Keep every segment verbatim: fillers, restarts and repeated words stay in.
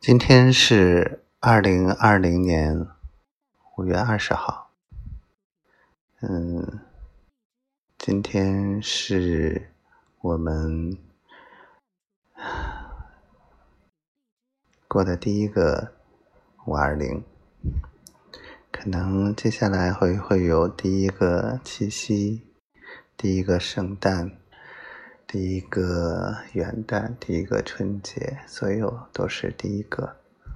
今天是二零二零年五月二十号。嗯，今天是我们过的第一个五二零，可能接下来会会有第一个七夕，第一个圣诞，第一个元旦，第一个春节，所有都是第一个。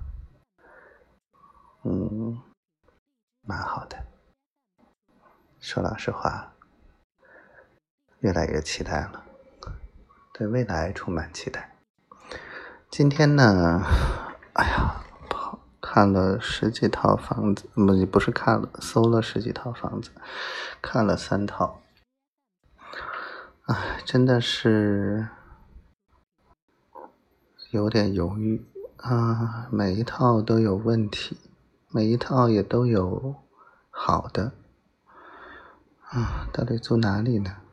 嗯，蛮好的。说老实话，越来越期待了，对未来充满期待。今天呢，哎呀，看了十几套房子，不不是看了，搜了十几套房子，看了三套。哎，真的是有点犹豫啊，每一套都有问题，每一套也都有好的啊，到底租哪里呢？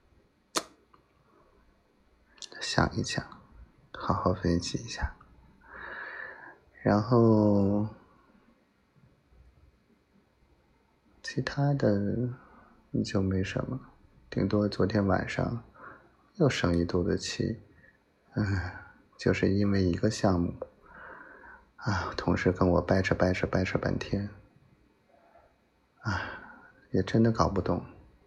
想一想，好好分析一下。然后其他的就没什么，顶多昨天晚上又生一肚子气。嗯，就是因为一个项目啊，同事跟我掰扯掰扯掰扯半天啊，也真的搞不懂。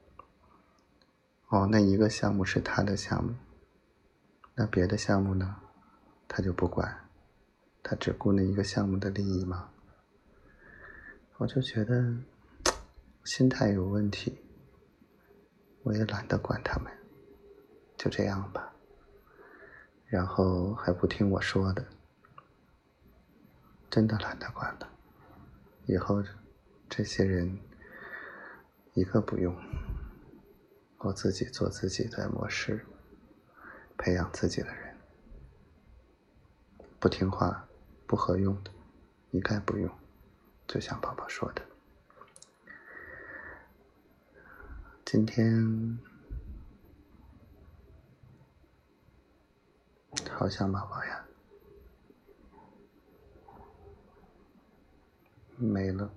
哦，那一个项目是他的项目，那别的项目呢，他就不管，他只顾那一个项目的利益吗？我就觉得心态有问题，我也懒得管他们，就这样吧。然后还不听我说的，真的懒得管了。以后这些人一个不用，我自己做自己的模式，培养自己的人。不听话不合用的一概不用，就像宝宝说的。今天好想宝宝呀，没了。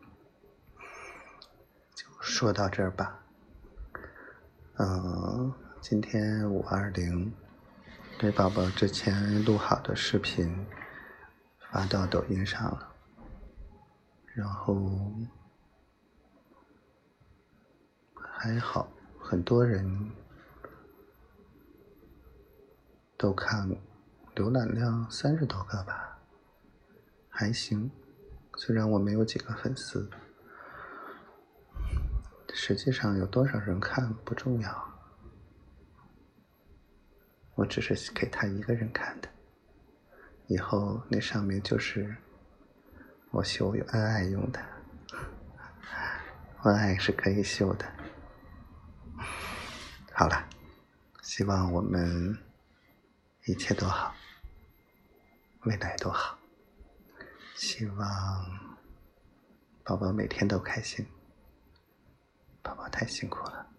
就说到这儿吧。嗯，今天五二零，给宝宝之前录好的视频发到抖音上了，然后还好，很多人都看，浏览量三十多个吧，还行。虽然我没有几个粉丝，实际上有多少人看不重要，我只是给他一个人看的。以后那上面就是我秀恩爱用的，恩爱是可以秀的。好了，希望我们一切都好，未来都好。希望宝宝每天都开心，宝宝太辛苦了。